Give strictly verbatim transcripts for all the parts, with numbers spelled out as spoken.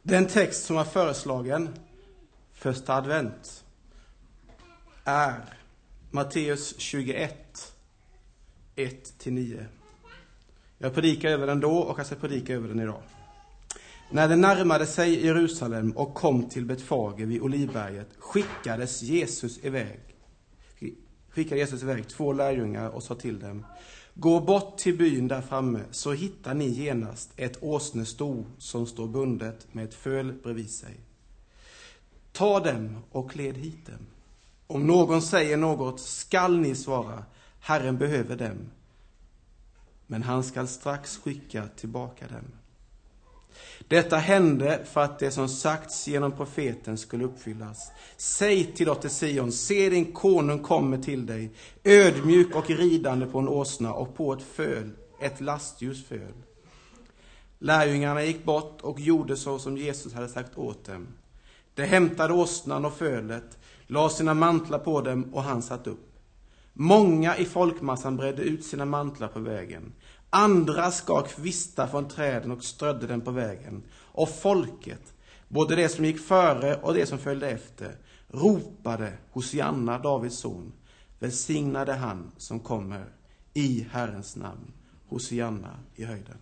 Den text som var föreslagen första advent är Matteus tjugoett, ett till nio. Jag predikar över den då och jag ska predika över den idag. När det närmade sig Jerusalem och kom till Betfage vid Olivberget skickades Jesus iväg. Skickade Jesus iväg två lärjungar och sa till dem: gå bort till byn där framme, så hittar ni genast ett åsnesto som står bundet med ett föl bredvid sig. Ta dem och led hit dem. Om någon säger något skall ni svara: Herren behöver dem. Men han skall strax skicka tillbaka dem. Detta hände för att det som sagts genom profeten skulle uppfyllas. Säg till dotter Sion: se, din konung kommer till dig, ödmjuk och ridande på en åsna och på ett föl, ett lastljus föl. Lärjungarna gick bort och gjorde så som Jesus hade sagt åt dem. De hämtade åsnan och fölet, la sina mantlar på dem och han satt upp. Många i folkmassan bredde ut sina mantlar på vägen. Andra skar kvistar från träden och strödde den på vägen. Och folket, både det som gick före och det som följde efter, ropade: Hosianna, Davids son. Välsignade han som kommer i Herrens namn. Hosianna i höjden.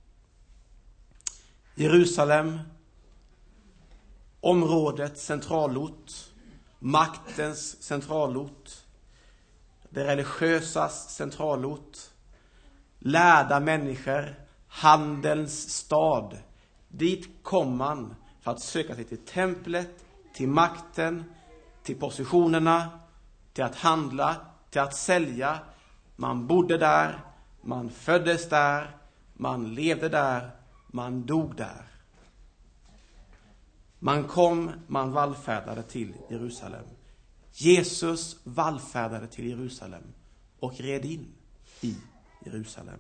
Jerusalem, områdets centralort, maktens centralort, det religiösas centralort, lärda människor, handelns stad. Dit kom man för att söka sig till templet, till makten, till positionerna, till att handla, till att sälja. Man bodde där, man föddes där, man levde där, man dog där. Man kom, man vallfärdade till Jerusalem. Jesus vallfärdade till Jerusalem och red in i Jerusalem.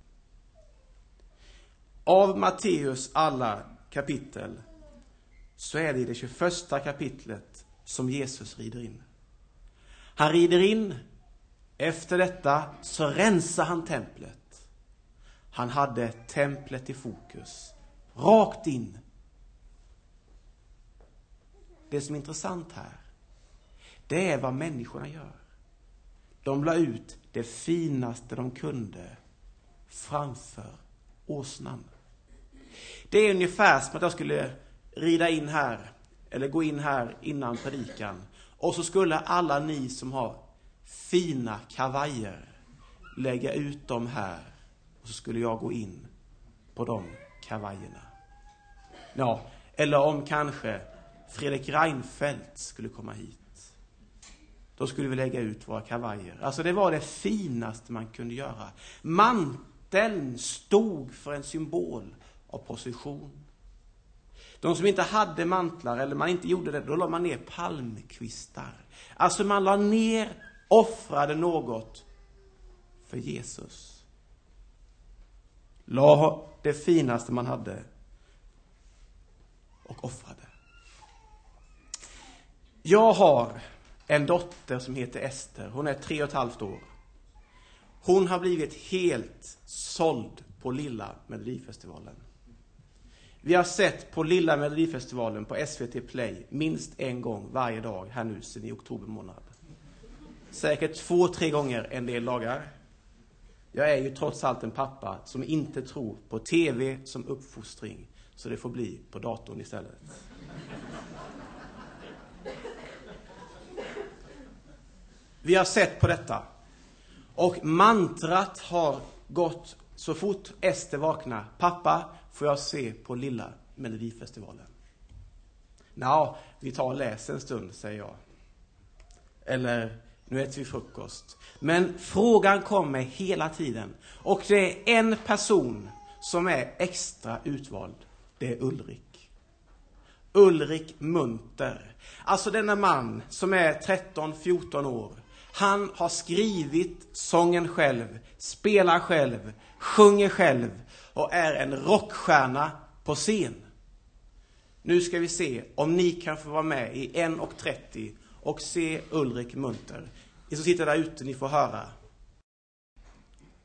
Av Matteus alla kapitel så är det i det tjugoförsta kapitlet som Jesus rider in. Han rider in, efter detta så rensar han templet. Han hade templet i fokus, rakt in. Det som är intressant här, det är vad människorna gör. De la ut det finaste de kunde framför åsnan. Det är ungefär som att jag skulle rida in här, eller gå in här innan predikan. Och så skulle alla ni som har fina kavajer lägga ut dem här. Och så skulle jag gå in på de kavajerna. Ja, eller om kanske Fredrik Reinfeldt skulle komma hit. Då skulle vi lägga ut våra kavajer. Alltså det var det finaste man kunde göra. Manteln stod för en symbol av position. De som inte hade mantlar eller man inte gjorde det, då la man ner palmkvistar. Alltså man la ner, offrade något för Jesus. La det finaste man hade och offrade. Jag har en dotter som heter Ester. Hon är tre och ett halvt år. Hon har blivit helt såld på Lilla Melodifestivalen. Vi har sett på Lilla Melodifestivalen på S V T Play minst en gång varje dag här nu sedan i oktober månad. Säkert två, tre gånger en del dagar. Jag är ju trots allt en pappa som inte tror på tv som uppfostring. Så det får bli på datorn istället. Vi har sett på detta. Och mantrat har gått så fort Ester vaknar. Pappa, får jag se på Lilla Melodifestivalen? Nå, vi tar och läser en stund, säger jag. Eller, nu äter vi frukost. Men frågan kommer hela tiden. Och det är en person som är extra utvald. Det är Ulrik. Ulrik Munter. Alltså denna man som är tretton fjorton år. Han har skrivit sången själv, spelar själv, sjunger själv och är en rockstjärna på scen. Nu ska vi se om ni kan få vara med i en och trettio och se Ulrik Munter. Ni som sitter där ute, ni får höra.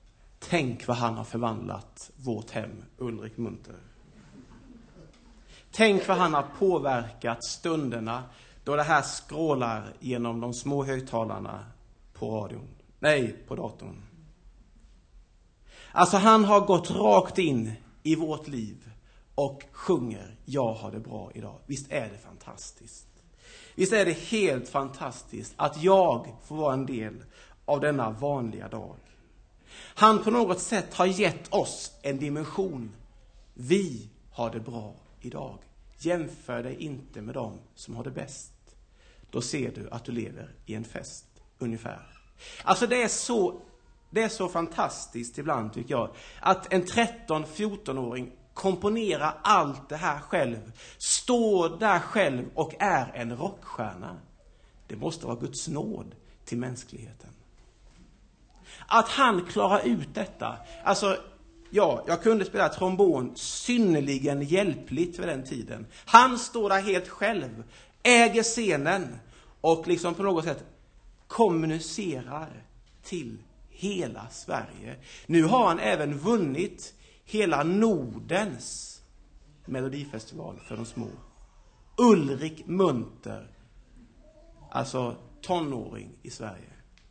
Tänk vad han har förvandlat vårt hem, Ulrik Munter. Tänk vad han har påverkat stunderna då det här skrålar genom de små högtalarna på radion. Nej, på datorn. Alltså han har gått rakt in i vårt liv och sjunger jag har det bra idag. Visst är det fantastiskt. Visst är det helt fantastiskt att jag får vara en del av denna vanliga dag. Han på något sätt har gett oss en dimension. Vi har det bra idag. Jämför dig inte med dem som har det bäst. Då ser du att du lever i en fest, ungefär. Alltså det är så, det är så fantastiskt ibland tycker jag. Att en tretton-fjorton-åring komponerar allt det här själv. Står där själv och är en rockstjärna. Det måste vara Guds nåd till mänskligheten. Att han klarar ut detta. Alltså, ja, jag kunde spela trombon synnerligen hjälpligt vid den tiden. Han står där helt själv, äger scenen och liksom på något sätt kommunicerar till hela Sverige. Nu har han även vunnit hela Nordens melodifestival för de små. Ulrik Munter, alltså tonåring i Sverige.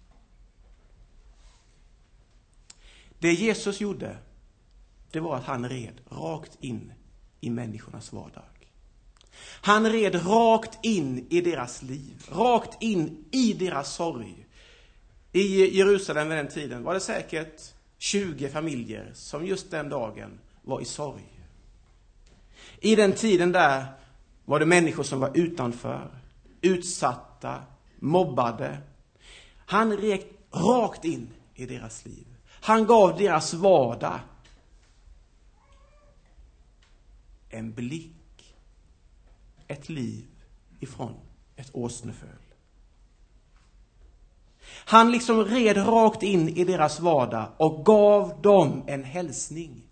Det Jesus gjorde, det var att han red rakt in i människornas vardag. Han red rakt in i deras liv, rakt in i deras sorg. I Jerusalem vid den tiden var det säkert tjugo familjer som just den dagen var i sorg. I den tiden där var det människor som var utanför, utsatta, mobbade. Han red rakt in i deras liv. Han gav deras vardag en blick, ett liv ifrån ett åsneföl. Han liksom red rakt in i deras vardag och gav dem en hälsning.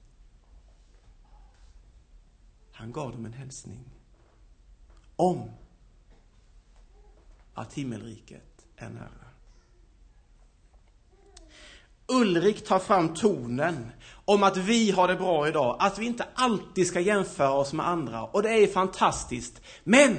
Han gav dem en hälsning om att himmelriket är nära. Ulrik tar fram tonen om att vi har det bra idag. Att vi inte alltid ska jämföra oss med andra. Och det är fantastiskt. Men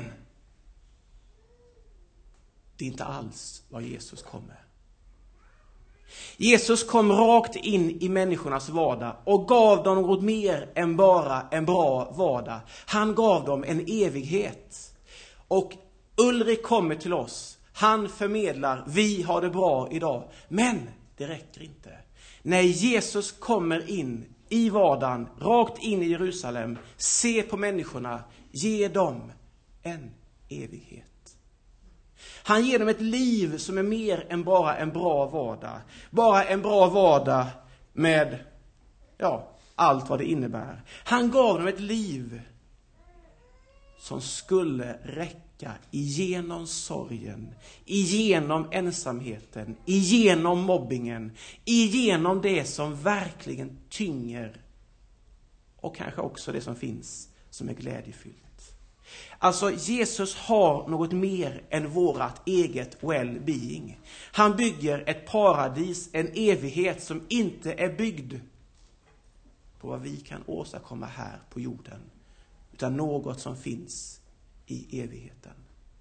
det är inte alls vad Jesus kommer. Jesus kom rakt in i människornas vardag och gav dem något mer än bara en bra vardag. Han gav dem en evighet. Och Ulrik kommer till oss. Han förmedlar, vi har det bra idag. Men det räcker inte. När Jesus kommer in i vardagen, rakt in i Jerusalem, se på människorna, ge dem en evighet. Han ger dem ett liv som är mer än bara en bra vardag. Bara en bra vardag med ja, allt vad det innebär. Han gav dem ett liv som skulle räcka igenom sorgen, igenom ensamheten, igenom mobbingen, igenom det som verkligen tynger och kanske också det som finns som är glädjefyllt. Alltså Jesus har något mer än vårat eget well-being. Han bygger ett paradis, en evighet som inte är byggd på vad vi kan åstadkomma här på jorden, utan något som finns i evigheten.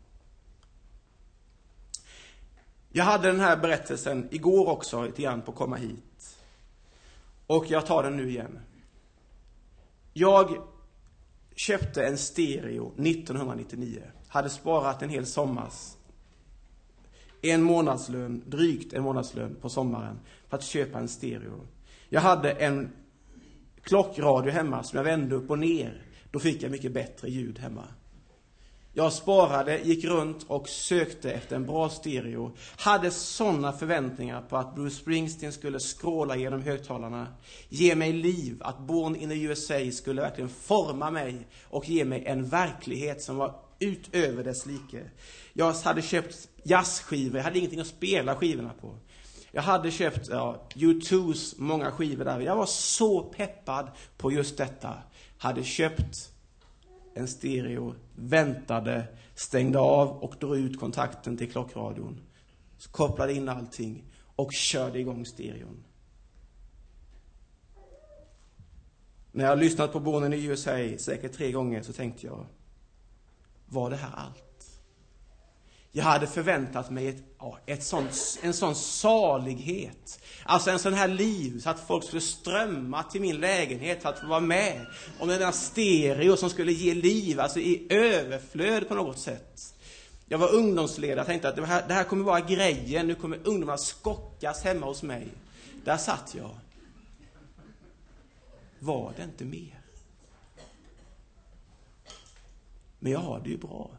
Jag hade den här berättelsen igår också lite grann på komma hit. Och jag tar den nu igen. Jag köpte en stereo nittonhundranittionio. Hade sparat en hel sommars. En månadslön, drygt en månadslön på sommaren för att köpa en stereo. Jag hade en klockradio hemma som jag vände upp och ner. Då fick jag mycket bättre ljud hemma. Jag sparade, gick runt och sökte efter en bra stereo. Hade sådana förväntningar på att Bruce Springsteen skulle skråla genom högtalarna. Ge mig liv, att Born in the U S A skulle verkligen forma mig och ge mig en verklighet som var utöver dess like. Jag hade köpt jazzskivor, jag hade ingenting att spela skivorna på. Jag hade köpt ja, U two's många skivor där. Jag var så peppad på just detta. Hade köpt en stereo, väntade, stängde av och drog ut kontakten till klockradion. Så kopplade in allting och körde igång stereon. När jag har lyssnat på Born in the U S A säkert tre gånger så tänkte jag, var det här allt? Jag hade förväntat mig ett, ja, ett sånt, en sån salighet. Alltså en sån här liv så att folk skulle strömma till min lägenhet för att få vara med. Om den där stereo som skulle ge liv, alltså i överflöd på något sätt. Jag var ungdomsledare och tänkte att det här, det här kommer vara grejen. Nu kommer ungdomar skockas hemma hos mig. Där satt jag. Var det inte mer? Men jag har det ju bra.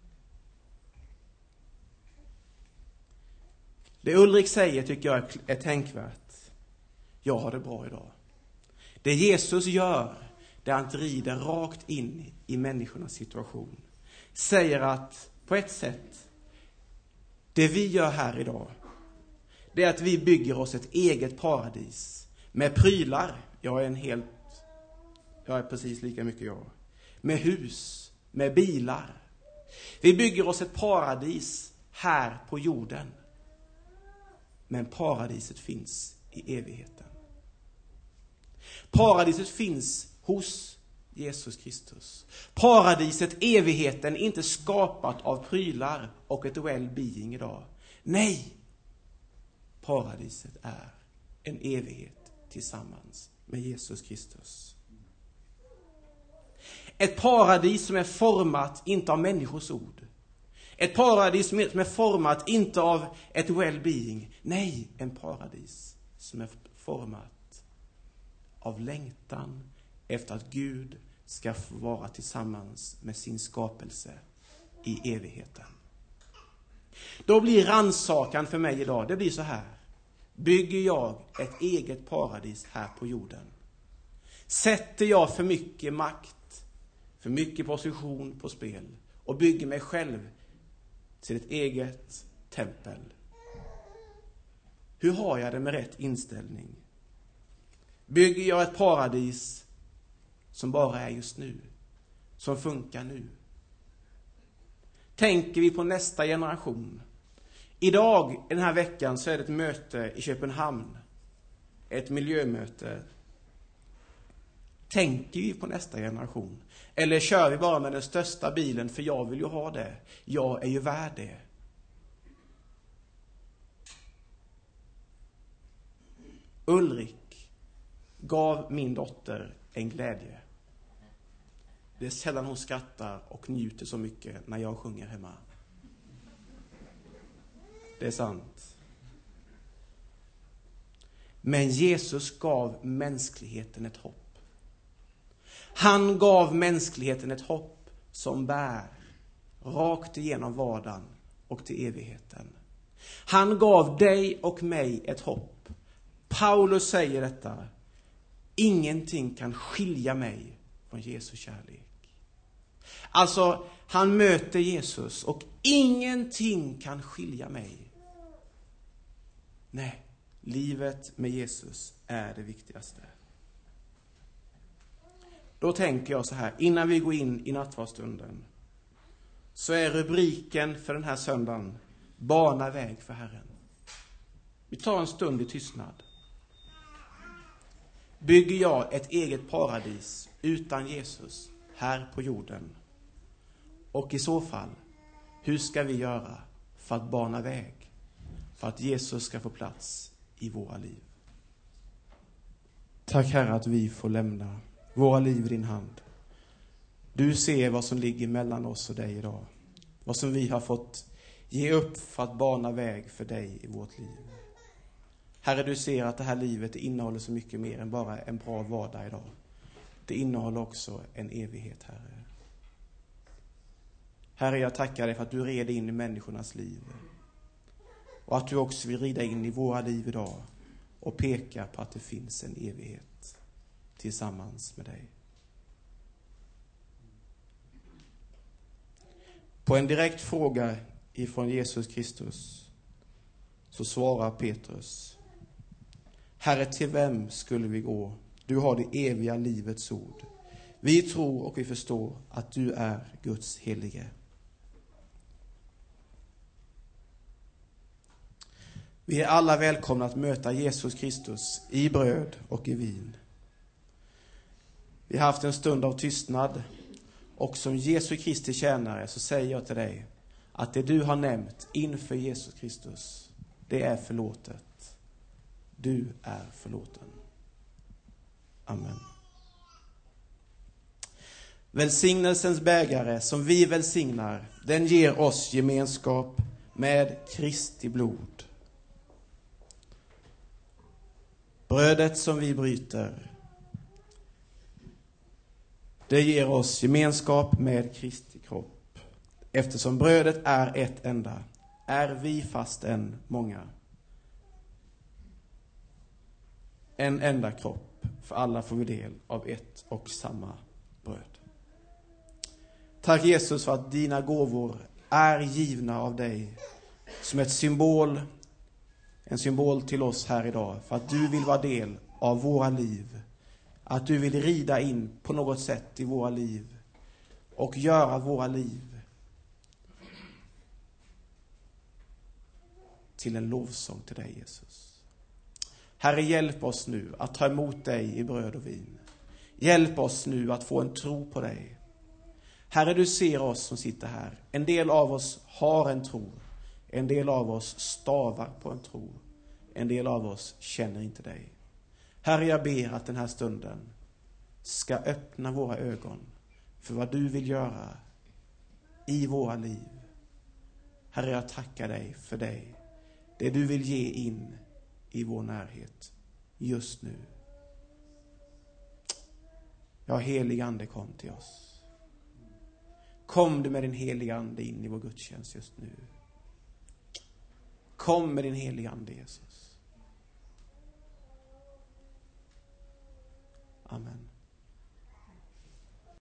Det Ulrik säger tycker jag är tänkvärt. Jag har det bra idag. Det Jesus gör, det han rider rakt in i människornas situation. Säger att på ett sätt, det vi gör här idag, det är att vi bygger oss ett eget paradis. Med prylar, jag är en helt, jag är precis lika mycket jag. Med hus, med bilar. Vi bygger oss ett paradis här på jorden. Men paradiset finns i evigheten. Paradiset finns hos Jesus Kristus. Paradiset, evigheten, är inte skapat av prylar och ett well-being idag. Nej! Paradiset är en evighet tillsammans med Jesus Kristus. Ett paradis som är format inte av människors ord. Ett paradis som är format inte av ett well-being. Nej, en paradis som är format av längtan efter att Gud ska få vara tillsammans med sin skapelse i evigheten. Då blir rannsakan för mig idag, det blir så här. Bygger jag ett eget paradis här på jorden? Sätter jag för mycket makt, för mycket position på spel och bygger mig själv till ett eget tempel? Hur har jag det med rätt inställning? Bygger jag ett paradis som bara är just nu, som funkar nu? Tänker vi på nästa generation? Idag, den här veckan, så är det ett möte i Köpenhamn. Ett miljömöte. Tänker vi på nästa generation? Eller kör vi bara med den största bilen för jag vill ju ha det. Jag är ju värd det. Ulrik gav min dotter en glädje. Det är sällan hon skrattar och njuter så mycket när jag sjunger hemma. Det är sant. Men Jesus gav mänskligheten ett hopp. Han gav mänskligheten ett hopp som bär rakt igenom vardagen och till evigheten. Han gav dig och mig ett hopp. Paulus säger detta. Ingenting kan skilja mig från Jesu kärlek. Alltså, han möter Jesus och ingenting kan skilja mig. Nej, livet med Jesus är det viktigaste. Då tänker jag så här, innan vi går in i nattvardsstunden, så är rubriken för den här söndagen: bana väg för Herren. Vi tar en stund i tystnad. Bygger jag ett eget paradis utan Jesus här på jorden? Och i så fall, hur ska vi göra för att bana väg, för att Jesus ska få plats i våra liv? Tack Herre att vi får lämna våra liv i din hand. Du ser vad som ligger mellan oss och dig idag. Vad som vi har fått ge upp för att bana väg för dig i vårt liv. Herre, du ser att det här livet innehåller så mycket mer än bara en bra vardag idag. Det innehåller också en evighet, Herre. Herre, jag tackar dig för att du reder in i människornas liv. Och att du också vill rida in i våra liv idag och peka på att det finns en evighet tillsammans med dig. På en direkt fråga ifrån Jesus Kristus så svarar Petrus: Herre, till vem skulle vi gå? Du har det eviga livets ord. Vi tror och vi förstår att du är Guds helige. Vi är alla välkomna att möta Jesus Kristus i bröd och i vin. Vi har haft en stund av tystnad. Och som Jesu Kristi tjänare så säger jag till dig att det du har nämnt inför Jesus Kristus, det är förlåtet. Du är förlåten. Amen. Välsignelsens bägare som vi välsignar, den ger oss gemenskap med Kristi blod. Brödet som vi bryter, det ger oss gemenskap med Kristi kropp. Eftersom brödet är ett enda, är vi fastän många. En enda kropp, för alla får vi del av ett och samma bröd. Tack Jesus för att dina gåvor är givna av dig som ett symbol, en symbol till oss här idag. För att du vill vara del av våra liv. Att du vill rida in på något sätt i våra liv och göra våra liv till en lovsång till dig, Jesus. Herre, hjälp oss nu att ta emot dig i bröd och vin. Hjälp oss nu att få en tro på dig. Herre, du ser oss som sitter här. En del av oss har en tro. En del av oss stavar på en tro. En del av oss känner inte dig. Herre, jag ber att den här stunden ska öppna våra ögon för vad du vill göra i våra liv. Herre, jag tackar dig för dig. Det du vill ge in i vår närhet just nu. Ja, helig ande, kom till oss. Kom du med din heliga ande in i vår gudstjänst just nu. Kom med din heliga ande, Jesus. Amen.